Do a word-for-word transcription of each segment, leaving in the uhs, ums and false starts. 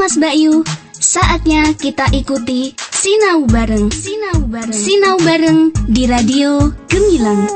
Mas Bayu, saatnya kita ikuti Sinau Bareng. Sinau Bareng. Sinau Bareng di Radio Gemilang.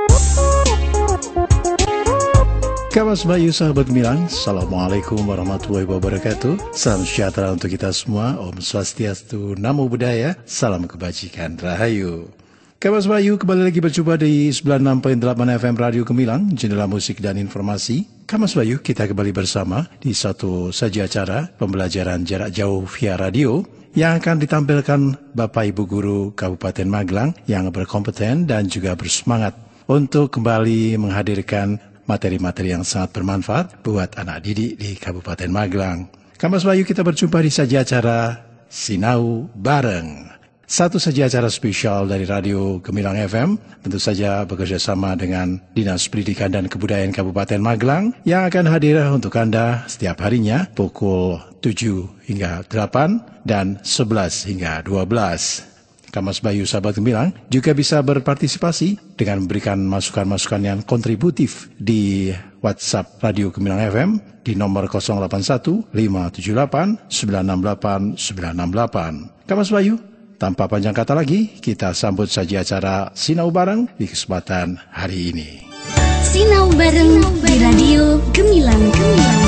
Kawas Bayu, sahabat Gemilang, Assalamualaikum warahmatullahi wabarakatuh. Salam sejahtera untuk kita semua. Om Swastiastu, Namo Buddhaya, salam kebajikan, Rahayu. Kawas Bayu kembali lagi berjumpa di sembilan puluh enam koma delapan F M Radio Gemilang, jendela musik dan informasi. Kawas Bayu, kita kembali bersama di satu saja acara pembelajaran jarak jauh via radio yang akan ditampilkan Bapak Ibu Guru Kabupaten Magelang yang berkompeten dan juga bersemangat untuk kembali menghadirkan materi-materi yang sangat bermanfaat buat anak didik di Kabupaten Magelang. Kawas Bayu, kita berjumpa di saja acara Sinau Bareng. Satu saja acara spesial dari Radio Gemilang F M, tentu saja bekerja sama dengan Dinas Pendidikan dan Kebudayaan Kabupaten Magelang yang akan hadir untuk Anda setiap harinya pukul tujuh hingga delapan dan sebelas hingga dua belas. Kamas Bayu sahabat Gemilang juga bisa berpartisipasi dengan memberikan masukan-masukan yang kontributif di WhatsApp Radio Gemilang F M di nomor nol delapan satu lima tujuh delapan sembilan enam delapan sembilan enam delapan. Kamas Bayu, tanpa panjang kata lagi, kita sambut saja acara Sinau Bareng di kesempatan hari ini. Sinau Bareng di Radio Gemilang. Gemilang.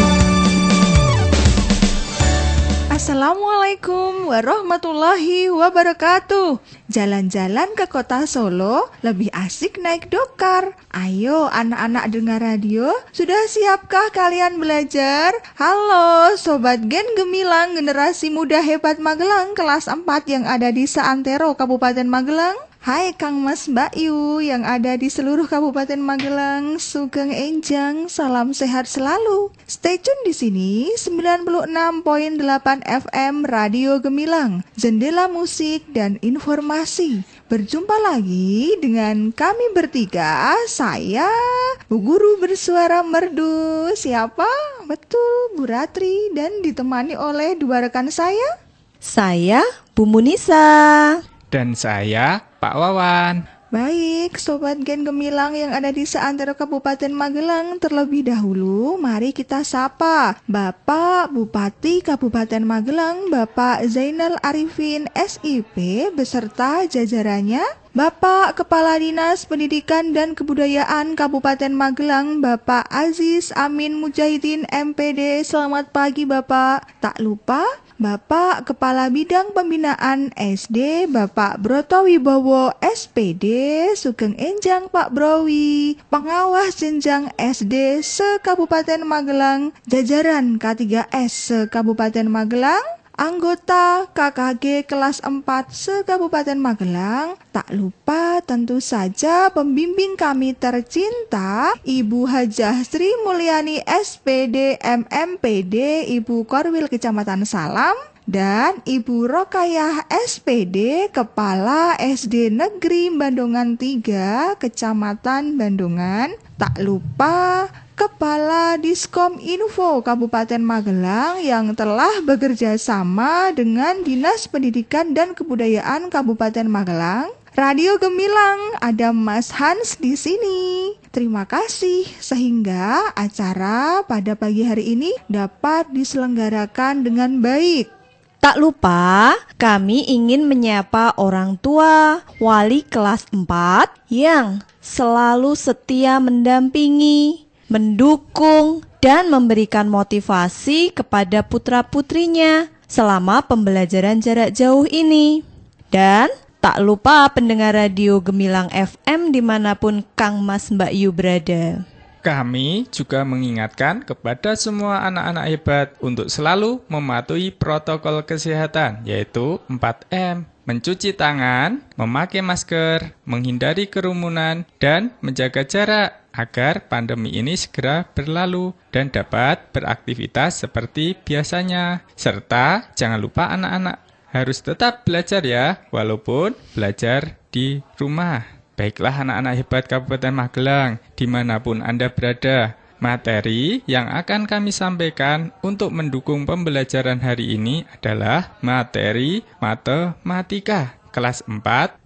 Assalamualaikum warahmatullahi wabarakatuh. Jalan-jalan ke kota Solo lebih asik naik dokar. Ayo anak-anak dengar radio, sudah siapkah kalian belajar? Halo Sobat Gen Gemilang, generasi muda hebat Magelang, kelas empat yang ada di Saantero, Kabupaten Magelang. Hai Kang Mas Bayu yang ada di seluruh Kabupaten Magelang, Sugeng Enjang, salam sehat selalu. Stay tune di sini sembilan puluh enam koma delapan F M Radio Gemilang, jendela musik dan informasi. Berjumpa lagi dengan kami bertiga, saya Bu Guru bersuara merdu. Siapa? Betul, Bu Ratri, dan ditemani oleh dua rekan saya. Saya Bu Munisa. Dan saya Pak Wawan. Baik, Sobat Gen Gemilang yang ada di seantero Kabupaten Magelang, terlebih dahulu mari kita sapa Bapak Bupati Kabupaten Magelang, Bapak Zainal Arifin S I P beserta jajarannya, Bapak Kepala Dinas Pendidikan dan Kebudayaan Kabupaten Magelang, Bapak Aziz Amin Mujahidin M P D. Selamat pagi Bapak. Tak lupa Bapak Kepala Bidang Pembinaan S D, Bapak Broto Wibowo S P D, Sugeng Enjang Pak Browi, Pengawas Jenjang S D se-Kabupaten Magelang, jajaran K tiga S se-Kabupaten Magelang, anggota K K G kelas empat se-Kabupaten Magelang, tak lupa tentu saja pembimbing kami tercinta, Ibu Hajah Sri Mulyani S P D M M P D, Ibu Korwil Kecamatan Salam, dan Ibu Rokayah S P D, Kepala S D Negeri Bandungan tiga, Kecamatan Bandungan. Tak lupa Kepala Diskom Info Kabupaten Magelang yang telah bekerja sama dengan Dinas Pendidikan dan Kebudayaan Kabupaten Magelang. Radio Gemilang, ada Mas Hans di sini. Terima kasih sehingga acara pada pagi hari ini dapat diselenggarakan dengan baik. Tak lupa, kami ingin menyapa orang tua wali kelas empat yang selalu setia mendampingi, mendukung, dan memberikan motivasi kepada putra-putrinya selama pembelajaran jarak jauh ini. Dan tak lupa pendengar Radio Gemilang F M dimanapun Kang Mas Mbak Yu berada. Kami juga mengingatkan kepada semua anak-anak hebat untuk selalu mematuhi protokol kesehatan, yaitu empat M. Mencuci tangan, memakai masker, menghindari kerumunan, dan menjaga jarak agar pandemi ini segera berlalu dan dapat beraktivitas seperti biasanya. Serta jangan lupa anak-anak harus tetap belajar ya, walaupun belajar di rumah. Baiklah anak-anak hebat Kabupaten Magelang, dimanapun Anda berada, materi yang akan kami sampaikan untuk mendukung pembelajaran hari ini adalah materi matematika kelas empat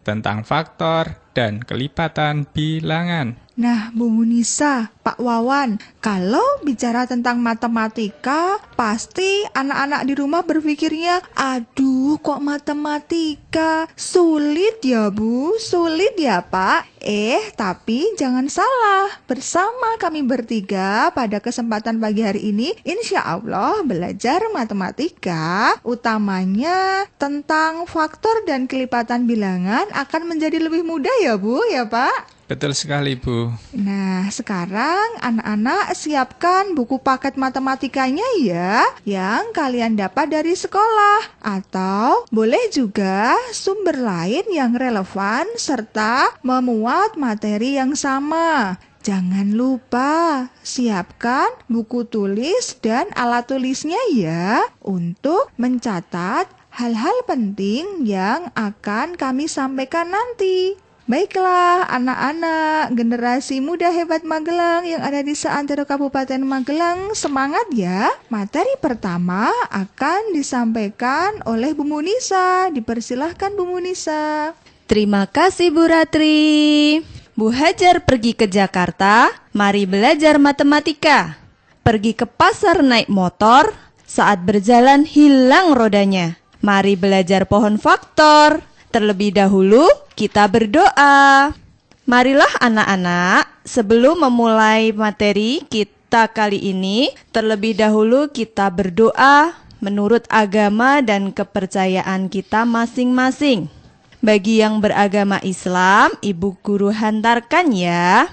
tentang faktor dan kelipatan bilangan. Nah, Bu Munisa, Pak Wawan, kalau bicara tentang matematika, pasti anak-anak di rumah berpikirnya, aduh kok matematika, sulit ya Bu, sulit ya Pak. Eh, tapi jangan salah, bersama kami bertiga pada kesempatan pagi hari ini, insya Allah belajar matematika, utamanya tentang faktor dan kelipatan bilangan akan menjadi lebih mudah ya Bu, ya Pak. Betul sekali, Bu. Nah, sekarang anak-anak siapkan buku paket matematikanya ya, yang kalian dapat dari sekolah. Atau boleh juga sumber lain yang relevan serta memuat materi yang sama. Jangan lupa siapkan buku tulis dan alat tulisnya ya, untuk mencatat hal-hal penting yang akan kami sampaikan nanti. Baiklah anak-anak generasi muda hebat Magelang yang ada di seantero Kabupaten Magelang, semangat ya. Materi pertama akan disampaikan oleh Bu Munisa. Dipersilahkan Bu Munisa. Terima kasih Bu Ratri. Bu Hajar pergi ke Jakarta, mari belajar matematika. Pergi ke pasar naik motor, saat berjalan hilang rodanya. Mari belajar pohon faktor. Terlebih dahulu kita berdoa. Marilah anak-anak, sebelum memulai materi kita kali ini, terlebih dahulu kita berdoa menurut agama dan kepercayaan kita masing-masing. Bagi yang beragama Islam, Ibu Guru hantarkan ya.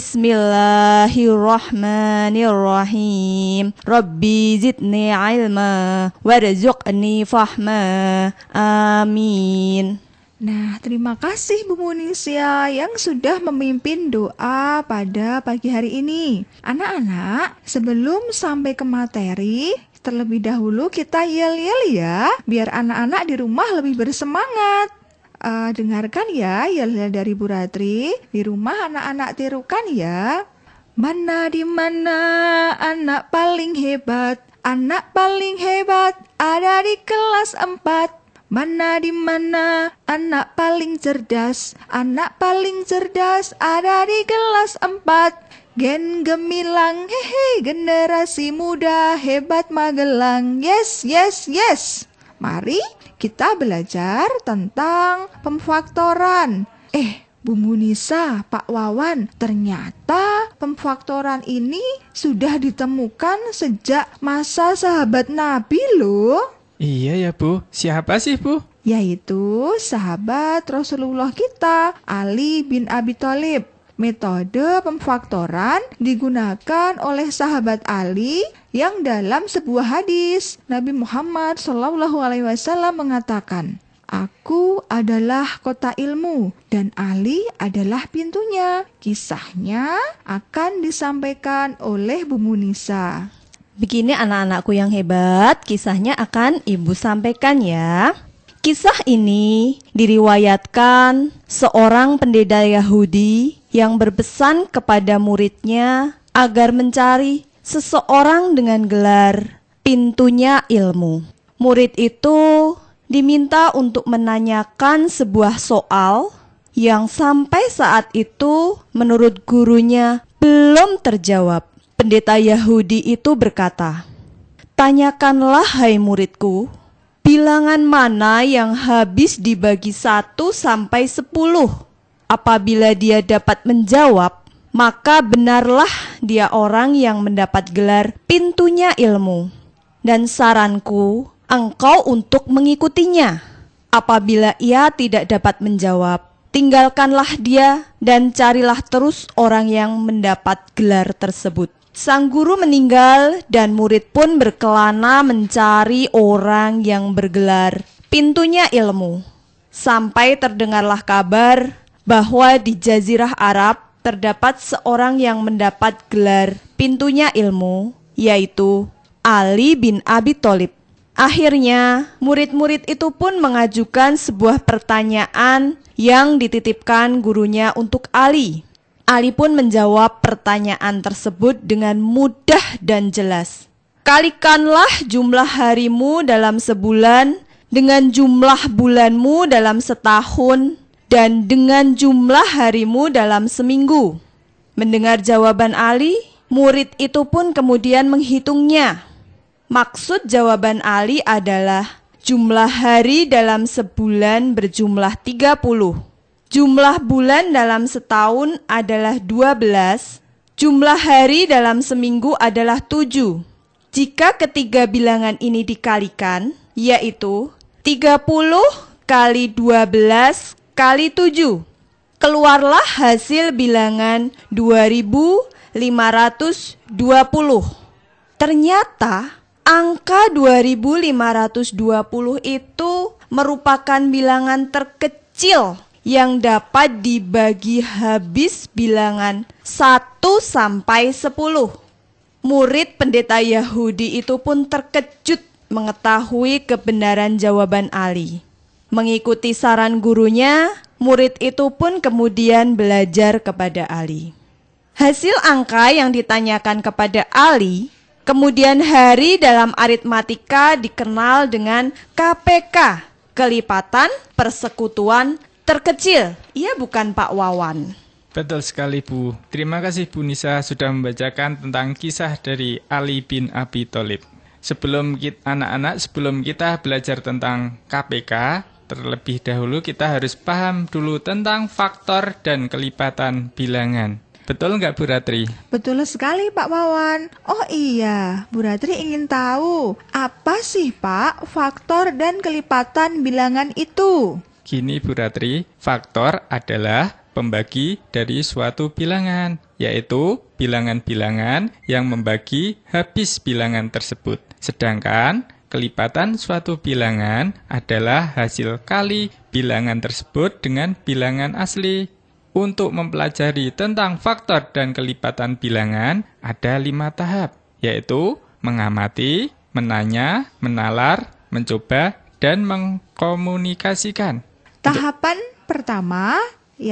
Bismillahirrahmanirrahim. Rabbi zidni ilma warzuqni fahma. Amin. Nah, terima kasih Bu Munisia yang sudah memimpin doa pada pagi hari ini. Anak-anak, sebelum sampai ke materi, terlebih dahulu kita yel-yel ya, biar anak-anak di rumah lebih bersemangat. Uh, dengarkan ya yel-yel dari Bu Ratri. Di rumah anak-anak tirukan ya. Mana di mana anak paling hebat, anak paling hebat ada di kelas empat. Mana di mana anak paling cerdas, anak paling cerdas ada di kelas empat. Gen gemilang, hehe, generasi muda hebat Magelang. Yes, yes, yes. Mari kita belajar tentang pemfaktoran. Eh, Bu Munisa, Pak Wawan, ternyata pemfaktoran ini sudah ditemukan sejak masa sahabat Nabi loh. Iya ya Bu, siapa sih Bu? Yaitu sahabat Rasulullah kita, Ali bin Abi Thalib. Metode pemfaktoran digunakan oleh sahabat Ali yang dalam sebuah hadis Nabi Muhammad shallallahu alaihi wasallam mengatakan, "Aku adalah kota ilmu dan Ali adalah pintunya." Kisahnya akan disampaikan oleh Bu Munisa. Begini anak-anakku yang hebat, kisahnya akan Ibu sampaikan ya. Kisah ini diriwayatkan seorang pendeta Yahudi yang berpesan kepada muridnya agar mencari seseorang dengan gelar pintunya ilmu. Murid itu diminta untuk menanyakan sebuah soal yang sampai saat itu menurut gurunya belum terjawab. Pendeta Yahudi itu berkata, "Tanyakanlah hai muridku, bilangan mana yang habis dibagi satu sampai sepuluh? Apabila dia dapat menjawab, maka benarlah dia orang yang mendapat gelar pintunya ilmu. Dan saranku, engkau untuk mengikutinya. Apabila ia tidak dapat menjawab, tinggalkanlah dia dan carilah terus orang yang mendapat gelar tersebut." Sang guru meninggal dan murid pun berkelana mencari orang yang bergelar pintunya ilmu. Sampai terdengarlah kabar bahwa di Jazirah Arab terdapat seorang yang mendapat gelar pintunya ilmu, yaitu Ali bin Abi Thalib. Akhirnya, murid-murid itu pun mengajukan sebuah pertanyaan yang dititipkan gurunya untuk Ali. Ali pun menjawab pertanyaan tersebut dengan mudah dan jelas. Kalikanlah jumlah harimu dalam sebulan dengan jumlah bulanmu dalam setahun, dan dengan jumlah harimu dalam seminggu. Mendengar jawaban Ali, murid itu pun kemudian menghitungnya. Maksud jawaban Ali adalah jumlah hari dalam sebulan berjumlah tiga puluh. Jumlah bulan dalam setahun adalah dua belas. Jumlah hari dalam seminggu adalah tujuh. Jika ketiga bilangan ini dikalikan, yaitu tiga puluh kali dua belas kali tujuh. Keluarlah hasil bilangan dua ribu lima ratus dua puluh. Ternyata angka dua ribu lima ratus dua puluh itu merupakan bilangan terkecil yang dapat dibagi habis bilangan satu sampai sepuluh. Murid pendeta Yahudi itu pun terkejut mengetahui kebenaran jawaban Ali. Mengikuti saran gurunya, murid itu pun kemudian belajar kepada Ali. Hasil angka yang ditanyakan kepada Ali, kemudian hari dalam aritmatika dikenal dengan K P K, kelipatan persekutuan terkecil. Iya bukan Pak Wawan? Betul sekali Bu. Terima kasih Bu Nisa sudah membacakan tentang kisah dari Ali bin Abi Thalib. Sebelum kita, anak-anak, sebelum kita belajar tentang K P K, terlebih dahulu kita harus paham dulu tentang faktor dan kelipatan bilangan. Betul nggak Bu Ratri? Betul sekali Pak Wawan. Oh iya, Bu Ratri ingin tahu apa sih Pak faktor dan kelipatan bilangan itu? Gini Bu Ratri, faktor adalah pembagi dari suatu bilangan, yaitu bilangan-bilangan yang membagi habis bilangan tersebut. Sedangkan kelipatan suatu bilangan adalah hasil kali bilangan tersebut dengan bilangan asli. Untuk mempelajari tentang faktor dan kelipatan bilangan, ada lima tahap, yaitu mengamati, menanya, menalar, mencoba, dan mengkomunikasikan. Tahapan pertama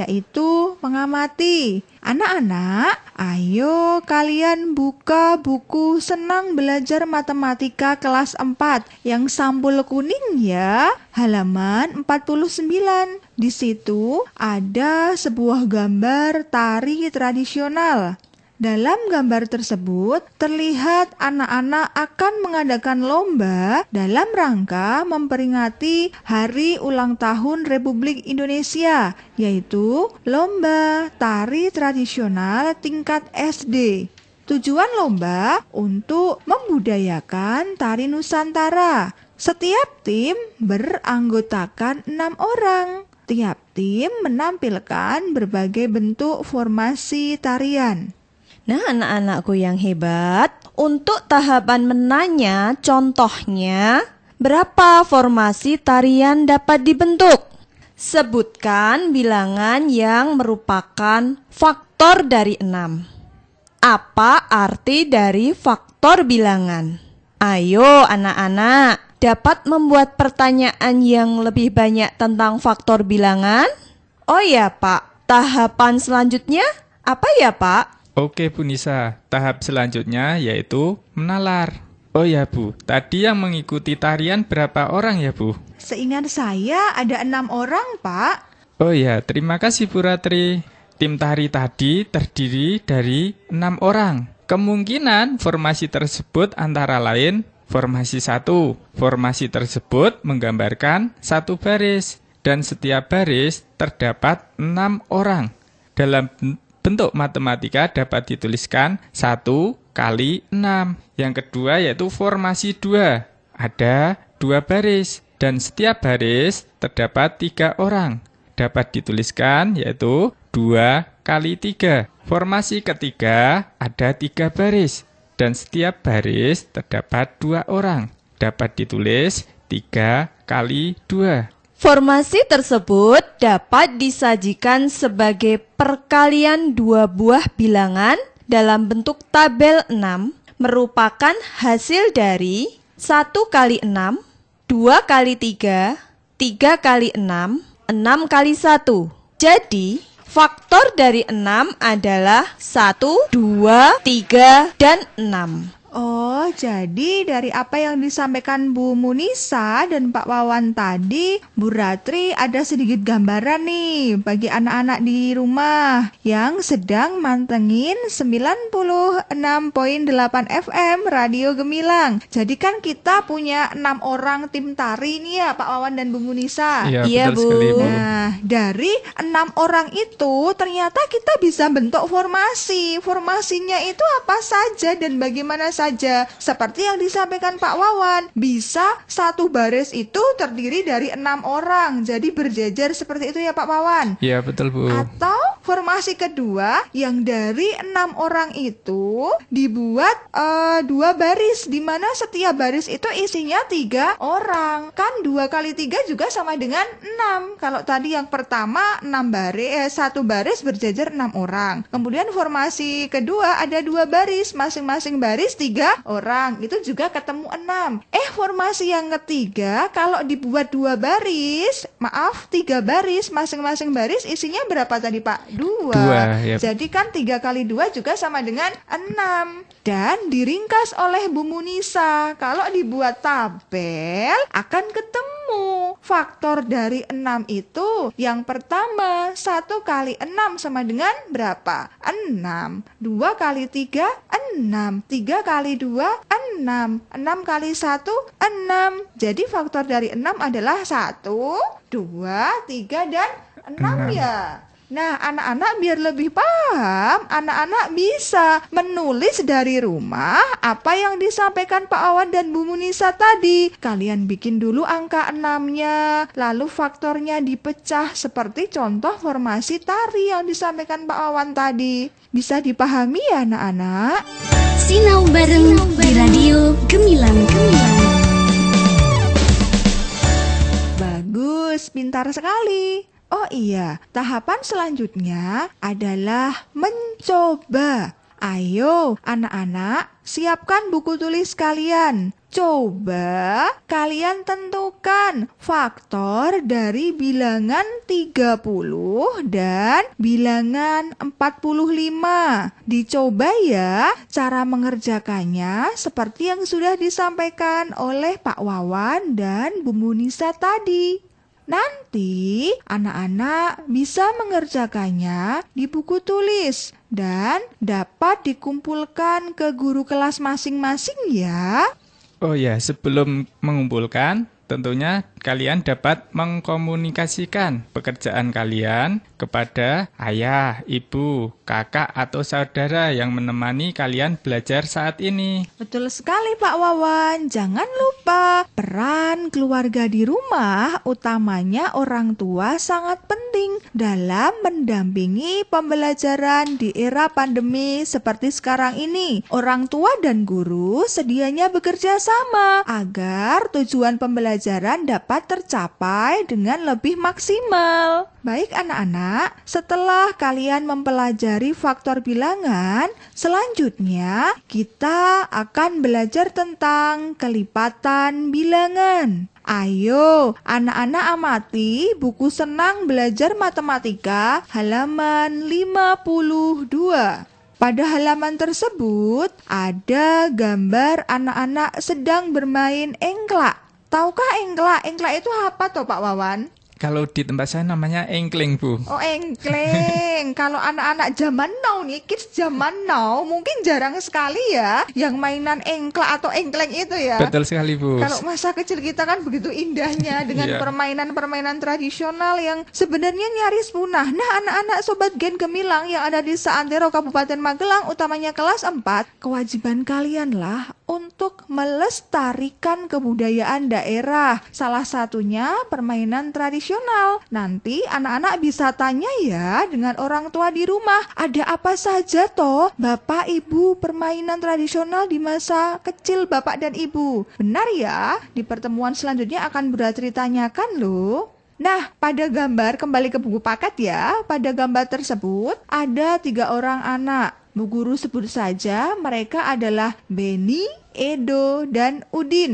yaitu mengamati. Anak-anak, ayo kalian buka buku Senang Belajar Matematika kelas empat yang sampul kuning ya, halaman empat puluh sembilan. Di situ ada sebuah gambar tari tradisional. Dalam gambar tersebut terlihat anak-anak akan mengadakan lomba dalam rangka memperingati Hari Ulang Tahun Republik Indonesia, yaitu lomba tari tradisional tingkat S D. Tujuan lomba untuk membudayakan tari Nusantara. Setiap tim beranggotakan enam orang. Tiap tim menampilkan berbagai bentuk formasi tarian. Nah, anak-anakku yang hebat, untuk tahapan menanya, contohnya, berapa formasi tarian dapat dibentuk? Sebutkan bilangan yang merupakan faktor dari enam. Apa arti dari faktor bilangan? Ayo anak-anak, dapat membuat pertanyaan yang lebih banyak tentang faktor bilangan? Oh ya Pak, tahapan selanjutnya apa ya Pak? Oke Bu Nisa, tahap selanjutnya yaitu menalar. Oh ya Bu, tadi yang mengikuti tarian berapa orang ya Bu? Seingat saya ada enam orang Pak. Oh ya, terima kasih Bu Ratri. Tim tari tadi terdiri dari enam orang. Kemungkinan formasi tersebut antara lain formasi satu. Formasi tersebut menggambarkan satu baris dan setiap baris terdapat enam orang. Dalam bentuk matematika dapat dituliskan satu kali enam. Yang kedua yaitu formasi dua. Ada dua baris dan setiap baris terdapat tiga orang. Dapat dituliskan yaitu dua kali tiga. Formasi ketiga ada tiga baris dan setiap baris terdapat dua orang. Dapat ditulis tiga kali dua. Formasi tersebut dapat disajikan sebagai perkalian dua buah bilangan dalam bentuk tabel enam, merupakan hasil dari satu kali enam, dua kali tiga, tiga kali enam, enam kali satu. Jadi, faktor dari enam adalah satu, dua, tiga, dan enam. Oh, jadi dari apa yang disampaikan Bu Munisa dan Pak Wawan tadi, Bu Ratri ada sedikit gambaran nih bagi anak-anak di rumah yang sedang mantengin sembilan puluh enam koma delapan F M Radio Gemilang. Jadi kan kita punya enam orang tim tari nih ya, Pak Wawan dan Bu Munisa. Iya, Iya, betul Bu. sekali, Bu. Nah, dari enam orang itu ternyata kita bisa bentuk formasi. Formasinya itu apa saja dan bagaimana saja. Seperti yang disampaikan Pak Wawan, bisa satu baris itu terdiri dari enam orang. Jadi berjejer seperti itu ya Pak Wawan. Iya, betul, Bu. Atau formasi kedua yang dari enam orang itu dibuat eh, dua baris, di mana setiap baris itu isinya tiga orang. Kan dua kali tiga juga sama dengan enam. Kalau tadi yang pertama enam baris, eh, satu baris berjejer enam orang. Kemudian formasi kedua ada dua baris, masing-masing baris tiga orang. Itu juga ketemu enam. Eh formasi yang ketiga kalau dibuat dua baris, maaf tiga baris, masing-masing baris isinya berapa tadi Pak? Dua. Dua, ya. Jadi kan tiga kali dua juga sama dengan enam. Dan diringkas oleh Bu Munisa. Kalau dibuat tabel akan ketemu faktor dari enam itu. Yang pertama, satu kali enam sama dengan berapa? enam. dua kali tiga, enam. tiga kali dua, enam. enam kali satu, enam. Jadi faktor dari enam adalah satu, dua, tiga, dan enam ya. Nah, anak-anak biar lebih paham, anak-anak bisa menulis dari rumah apa yang disampaikan Pak Wawan dan Bu Munisa tadi. Kalian bikin dulu angka enamnya, lalu faktornya dipecah seperti contoh formasi tari yang disampaikan Pak Wawan tadi. Bisa dipahami ya anak-anak? Sinau bareng di Radio Gemilang Gemilang. Bagus, pintar sekali. Oh iya, tahapan selanjutnya adalah mencoba. Ayo anak-anak, siapkan buku tulis kalian. Coba kalian tentukan faktor dari bilangan tiga puluh dan bilangan empat puluh lima. Dicoba ya cara mengerjakannya seperti yang sudah disampaikan oleh Pak Wawan dan Bu Munisa tadi. Nanti anak-anak bisa mengerjakannya di buku tulis dan dapat dikumpulkan ke guru kelas masing-masing ya. Oh ya, sebelum mengumpulkan, tentunya kalian dapat mengkomunikasikan pekerjaan kalian kepada ayah, ibu, kakak, atau saudara yang menemani kalian belajar saat ini. Betul sekali Pak Wawan. Jangan lupa peran keluarga di rumah, utamanya orang tua, sangat penting dalam mendampingi pembelajaran di era pandemi seperti sekarang ini. Orang tua dan guru sedianya bekerja sama agar tujuan pembelajaran dapat tercapai dengan lebih maksimal. Baik anak-anak, setelah kalian mempelajari faktor bilangan, selanjutnya kita akan belajar tentang kelipatan bilangan. Ayo, anak-anak amati buku Senang Belajar Matematika halaman lima puluh dua. Pada halaman tersebut ada gambar anak-anak sedang bermain engklak. Tahukah engklak? Engklak itu apa toh Pak Wawan? Kalau di tempat saya namanya engkling, Bu. Oh, engkleng. Kalau anak-anak zaman now nih, kids zaman now, mungkin jarang sekali ya yang mainan engklak atau engkleng itu ya. Betul sekali, Bu. Kalau masa kecil kita kan begitu indahnya dengan Iya. permainan-permainan tradisional yang sebenarnya nyaris punah. Nah, anak-anak Sobat Gen Gemilang yang ada di seantero Kabupaten Magelang, utamanya kelas empat, kewajiban kalianlah untuk melestarikan kebudayaan daerah. Salah satunya permainan tradisional. Nanti anak-anak bisa tanya ya dengan orang tua di rumah, ada apa saja toh Bapak Ibu permainan tradisional di masa kecil Bapak dan Ibu? Benar ya? Di pertemuan selanjutnya akan beratri tanyakan loh. Nah, pada gambar, kembali ke buku paket ya, pada gambar tersebut ada tiga orang anak. Bu Guru sebut saja mereka adalah Beni, Edo, dan Udin.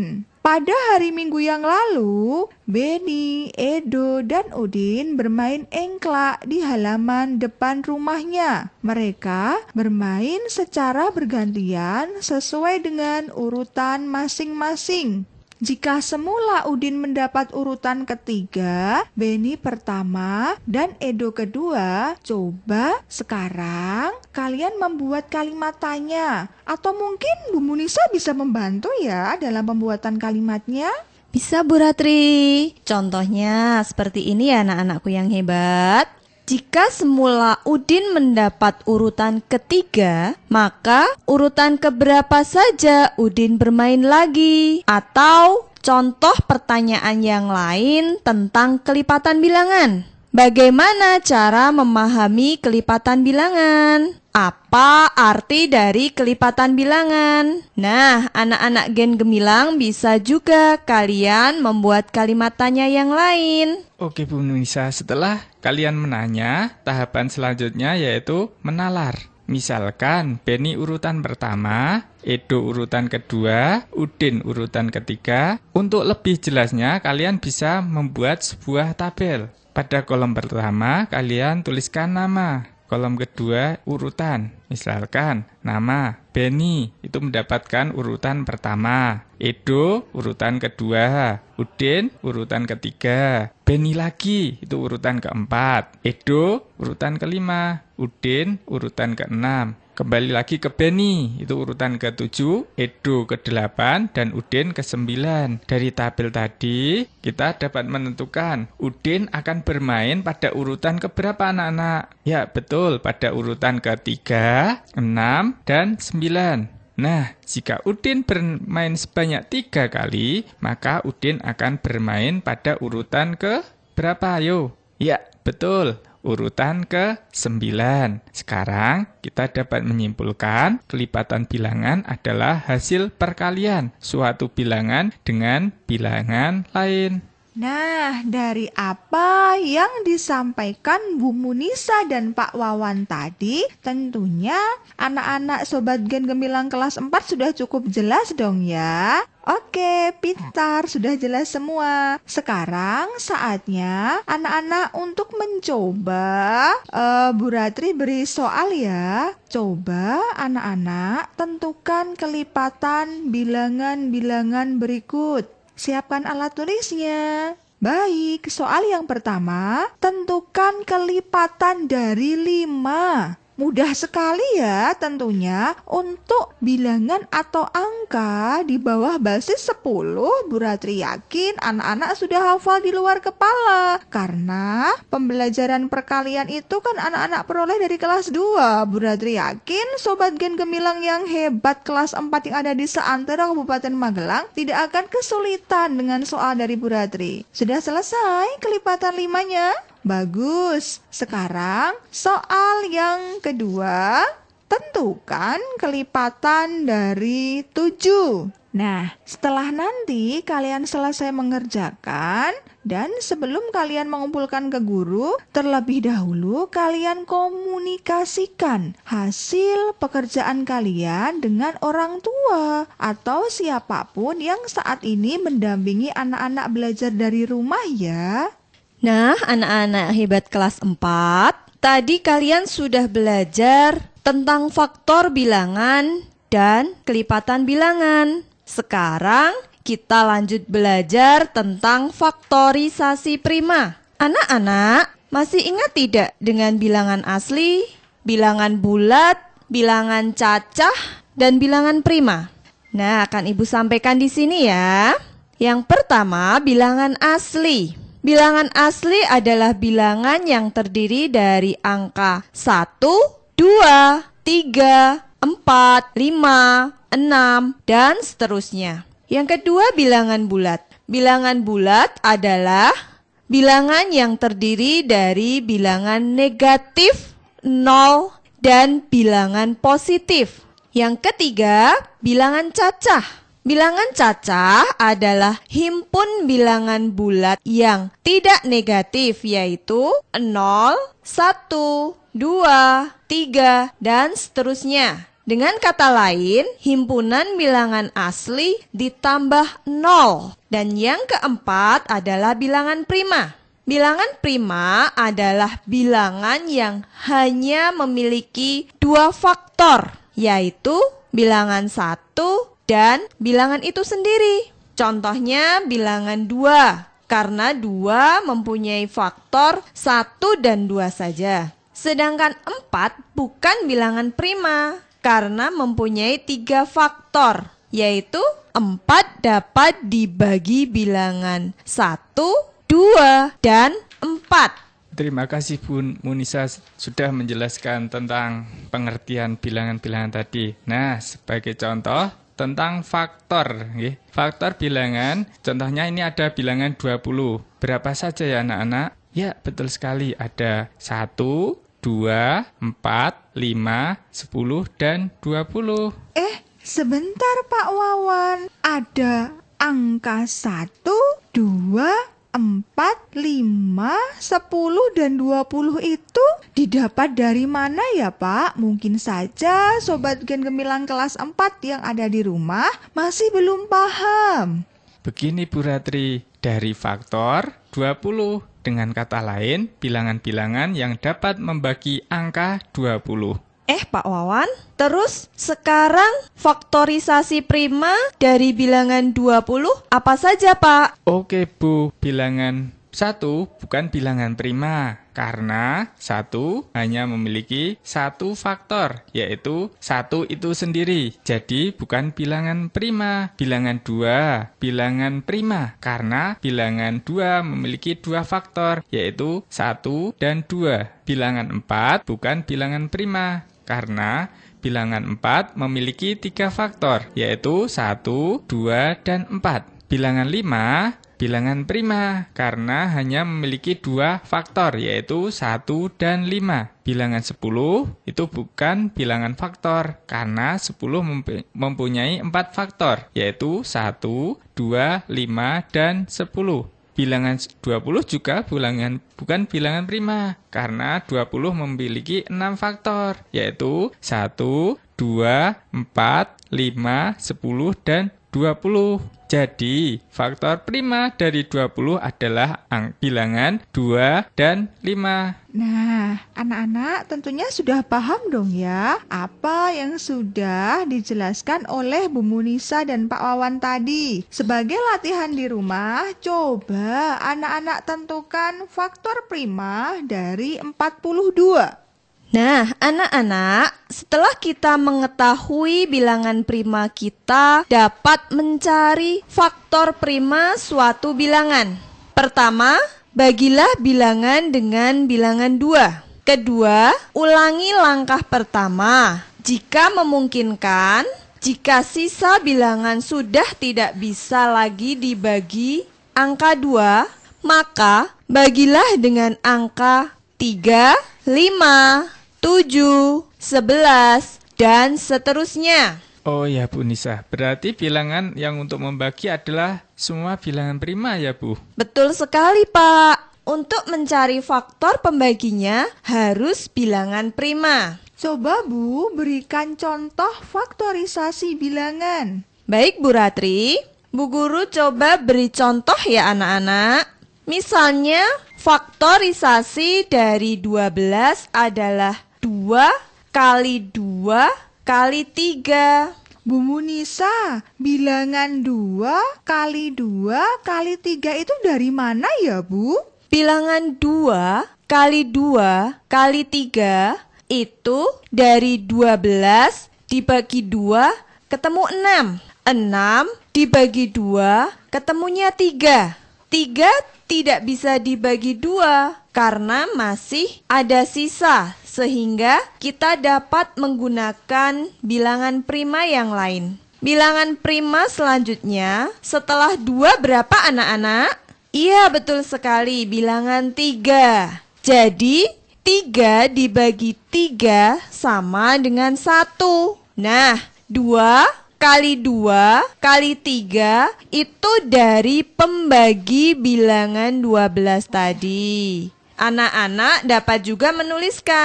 Pada hari Minggu yang lalu, Beni, Edo, dan Udin bermain engklak di halaman depan rumahnya. Mereka bermain secara bergantian sesuai dengan urutan masing-masing. Jika semula Udin mendapat urutan ketiga, Beni pertama, dan Edo kedua, coba sekarang kalian membuat kalimat tanya. Atau mungkin Bu Munisa bisa membantu ya dalam pembuatan kalimatnya? Bisa Bu Ratri. Contohnya seperti ini ya anak-anakku yang hebat. Jika semula Udin mendapat urutan ketiga, maka urutan keberapa saja Udin bermain lagi? Atau contoh pertanyaan yang lain tentang kelipatan bilangan. Bagaimana cara memahami kelipatan bilangan? Apa arti dari kelipatan bilangan? Nah, anak-anak Gen Gemilang bisa juga kalian membuat kalimat tanya yang lain. Oke Bu Nisa, setelah kalian menanya, tahapan selanjutnya yaitu menalar. Misalkan Beni urutan pertama, Edo urutan kedua, Udin urutan ketiga. Untuk lebih jelasnya, kalian bisa membuat sebuah tabel. Pada kolom pertama, kalian tuliskan nama. Kolom kedua, urutan. Misalkan, nama Beni itu mendapatkan urutan pertama. Edo urutan kedua. Udin urutan ketiga. Beni lagi itu urutan keempat. Edo urutan kelima. Udin urutan keenam. Kembali lagi ke Beni, itu urutan ketujuh, Edo kedelapan, dan Udin kesembilan. Dari tabel tadi, kita dapat menentukan Udin akan bermain pada urutan keberapa anak-anak? Ya, betul, pada urutan ketiga, enam, dan sembilan. Nah, jika Udin bermain sebanyak tiga kali, maka Udin akan bermain pada urutan ke berapa? Ayo. Ya, betul. Urutan ke sembilan. Sekarang kita dapat menyimpulkan kelipatan bilangan adalah hasil perkalian suatu bilangan dengan bilangan lain. Nah, dari apa yang disampaikan Bu Munisa dan Pak Wawan tadi, tentunya anak-anak Sobat Gen Gemilang kelas empat sudah cukup jelas dong ya. Oke, pintar, sudah jelas semua. Sekarang saatnya anak-anak untuk mencoba. uh, Bu Ratri beri soal ya. Coba anak-anak tentukan kelipatan bilangan-bilangan berikut. Siapkan alat tulisnya. Baik, soal yang pertama, tentukan kelipatan dari lima. Mudah sekali ya tentunya untuk bilangan atau angka di bawah basis sepuluh. Bu Ratri yakin anak-anak sudah hafal di luar kepala. Karena pembelajaran perkalian itu kan anak-anak peroleh dari kelas dua. Bu Ratri yakin Sobat Gen Gemilang yang hebat kelas empat yang ada di seantero Kabupaten Magelang tidak akan kesulitan dengan soal dari Bu Ratri. Sudah selesai kelipatan limanya? Bagus. Sekarang soal yang kedua, tentukan kelipatan dari tujuh. Nah, setelah nanti kalian selesai mengerjakan dan sebelum kalian mengumpulkan ke guru, terlebih dahulu kalian komunikasikan hasil pekerjaan kalian dengan orang tua atau siapapun yang saat ini mendampingi anak-anak belajar dari rumah ya. Nah, anak-anak hebat kelas empat, tadi kalian sudah belajar tentang faktor bilangan dan kelipatan bilangan. Sekarang kita lanjut belajar tentang faktorisasi prima. Anak-anak, masih ingat tidak dengan bilangan asli, bilangan bulat, bilangan cacah, dan bilangan prima? Nah, akan Ibu sampaikan di sini ya. Yang pertama, bilangan asli. Bilangan asli adalah bilangan yang terdiri dari angka satu, dua, tiga, empat, lima, enam, dan seterusnya. Yang kedua, bilangan bulat. Bilangan bulat adalah bilangan yang terdiri dari bilangan negatif, nol, dan bilangan positif. Yang ketiga, bilangan cacah. Bilangan cacah adalah himpun bilangan bulat yang tidak negatif, yaitu nol, satu, dua, tiga, dan seterusnya. Dengan kata lain, himpunan bilangan asli ditambah nol. Dan yang keempat adalah bilangan prima. Bilangan prima adalah bilangan yang hanya memiliki dua faktor, yaitu bilangan satu dan bilangan itu sendiri. Contohnya bilangan dua, karena dua mempunyai faktor satu dan dua saja. Sedangkan empat bukan bilangan prima, karena mempunyai tiga faktor, yaitu empat dapat dibagi bilangan satu, dua, dan empat. Terima kasih Bu Munisa sudah menjelaskan tentang pengertian bilangan-bilangan tadi. Nah, sebagai contoh tentang faktor, nggih. Faktor bilangan, contohnya ini ada bilangan dua puluh. Berapa saja ya anak-anak? Ya, betul sekali. Ada satu, dua, empat, lima, sepuluh, dan dua puluh. Eh, sebentar Pak Wawan. Ada angka satu, dua, empat, lima, sepuluh, dan dua puluh itu didapat dari mana ya Pak? Mungkin saja Sobat Gen Gemilang kelas empat yang ada di rumah masih belum paham. Begini Bu Ratri, dari faktor dua puluh. Dengan kata lain, bilangan-bilangan yang dapat membagi angka dua puluh. Eh Pak Wawan, terus sekarang faktorisasi prima dari bilangan dua puluh apa saja Pak? Oke Bu, bilangan satu bukan bilangan prima, karena satu hanya memiliki satu faktor, yaitu satu itu sendiri. Jadi bukan bilangan prima. Bilangan dua, bilangan prima, karena bilangan dua memiliki dua faktor, yaitu satu dan dua. Bilangan empat bukan bilangan prima, karena bilangan empat memiliki tiga faktor, yaitu satu, dua, dan empat. Bilangan lima, bilangan prima, karena hanya memiliki dua faktor, yaitu satu dan lima. Bilangan sepuluh itu bukan bilangan faktor, karena sepuluh mempunyai empat faktor, yaitu satu, dua, lima, dan sepuluh. Bilangan dua puluh juga bilangan, bukan bilangan prima, karena dua puluh memiliki enam faktor, yaitu satu, dua, empat, lima, sepuluh, dan dua puluh. Jadi, faktor prima dari dua puluh adalah bilangan dua dan lima. Nah, anak-anak tentunya sudah paham dong ya apa yang sudah dijelaskan oleh Bu Munisa dan Pak Wawan tadi. Sebagai latihan di rumah, coba anak-anak tentukan faktor prima dari empat puluh dua. Nah, anak-anak, setelah kita mengetahui bilangan prima, kita dapat mencari faktor prima suatu bilangan. Pertama, bagilah bilangan dengan bilangan dua. Kedua, ulangi langkah pertama. Jika memungkinkan, jika sisa bilangan sudah tidak bisa lagi dibagi angka dua, maka bagilah dengan angka tiga, lima, tujuh, sebelas, dan seterusnya. Oh ya Bu Nisa, berarti bilangan yang untuk membagi adalah semua bilangan prima ya Bu? Betul sekali Pak. Untuk mencari faktor pembaginya harus bilangan prima. Coba Bu, berikan contoh faktorisasi bilangan. Baik Bu Ratri, Bu Guru coba beri contoh ya anak-anak. Misalnya, faktorisasi dari dua belas adalah dua kali dua kali tiga. Bu Munisa, bilangan dua kali dua kali tiga itu dari mana ya Bu? Bilangan dua kali dua kali tiga itu dari dua belas dibagi dua ketemu enam. enam dibagi dua ketemunya tiga. tiga tidak bisa dibagi dua karena masih ada sisa, sehingga kita dapat menggunakan bilangan prima yang lain. Bilangan prima selanjutnya setelah dua berapa anak-anak? Iya betul sekali, bilangan tiga. Jadi tiga dibagi tiga sama dengan satu. Nah, dua kali dua kali tiga itu dari pembagi bilangan dua belas tadi. Anak-anak dapat juga menuliskan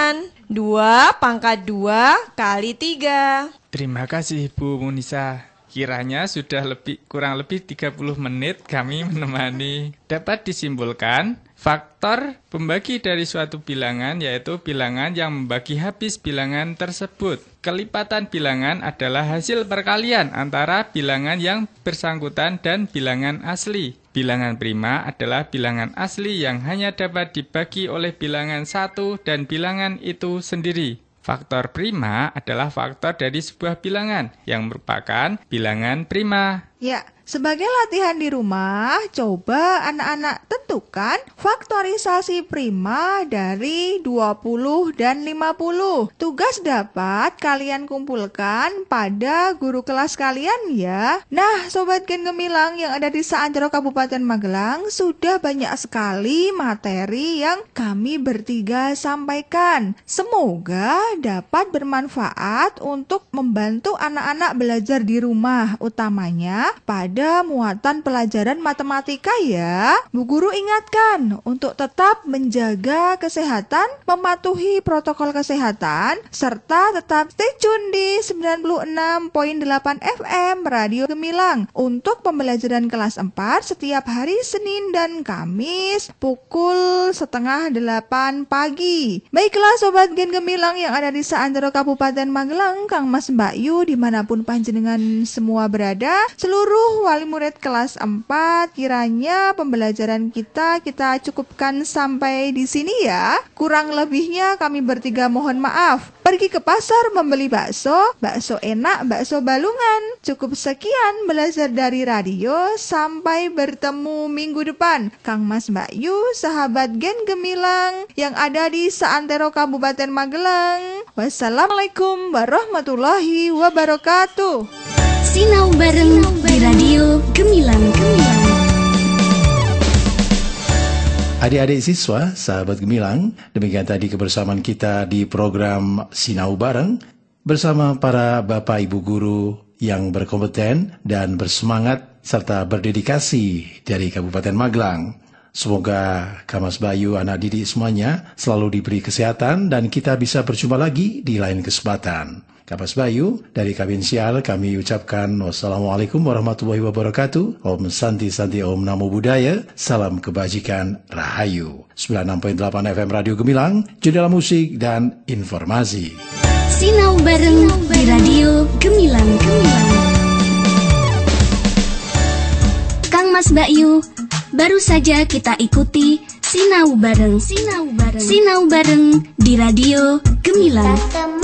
Dua pangkat dua kali tiga. Terima kasih Bu Munisa. Kiranya sudah lebih kurang lebih tiga puluh menit kami menemani. Dapat disimpulkan, faktor pembagi dari suatu bilangan yaitu bilangan yang membagi habis bilangan tersebut. Kelipatan bilangan adalah hasil perkalian antara bilangan yang bersangkutan dan bilangan asli. Bilangan prima adalah bilangan asli yang hanya dapat dibagi oleh bilangan satu dan bilangan itu sendiri. Faktor prima adalah faktor dari sebuah bilangan yang merupakan bilangan prima. Ya, sebagai latihan di rumah, coba anak-anak tentukan faktorisasi prima dari dua puluh dan lima puluh. Tugas dapat kalian kumpulkan pada guru kelas kalian ya. Nah, Sobat Gen Gemilang yang ada di seantero Kabupaten Magelang, sudah banyak sekali materi yang kami bertiga sampaikan. Semoga dapat bermanfaat untuk membantu anak-anak belajar di rumah, utamanya pada muatan pelajaran matematika ya. Bu Guru ingatkan untuk tetap menjaga kesehatan, mematuhi protokol kesehatan, serta tetap stay tune di sembilan puluh enam koma delapan F M Radio Gemilang untuk pembelajaran kelas empat setiap hari Senin dan Kamis pukul setengah delapan pagi. Baiklah Sobat Gen Gemilang yang ada di seantero Kabupaten Magelang, Kang Mas Mbak Yu dimanapun panjenengan semua berada, seluruh wali murid kelas empat, kiranya pembelajaran kita kita cukupkan sampai di sini ya. Kurang lebihnya kami bertiga mohon maaf. Pergi ke pasar membeli bakso, bakso enak, bakso balungan. Cukup sekian belajar dari radio, sampai bertemu minggu depan. Kang Mas Mbak Yu, sahabat Gen Gemilang yang ada di seantero Kabupaten Magelang. Wassalamualaikum warahmatullahi wabarakatuh. Sinau bareng di Radio Gemilang Gemilang. Adik-adik siswa, sahabat Gemilang, demikian tadi kebersamaan kita di program Sinau Bareng bersama para Bapak Ibu Guru yang berkompeten dan bersemangat serta berdedikasi dari Kabupaten Magelang. Semoga Kamas Bayu, anak didik semuanya selalu diberi kesehatan dan kita bisa berjumpa lagi di lain kesempatan. Kamas Bayu, dari Kabin Sial kami ucapkan wassalamualaikum warahmatullahi wabarakatuh. Om Santi Santi Om Namo Buddhaya. Salam kebajikan Rahayu. sembilan puluh enam koma delapan F M Radio Gemilang, jendela musik dan informasi. Sinau bareng di Radio Gemilang Gemilang. Kang Mas Bayu, baru saja kita ikuti Sinau bareng Sinau bareng Sinau bareng di Radio Gemilang.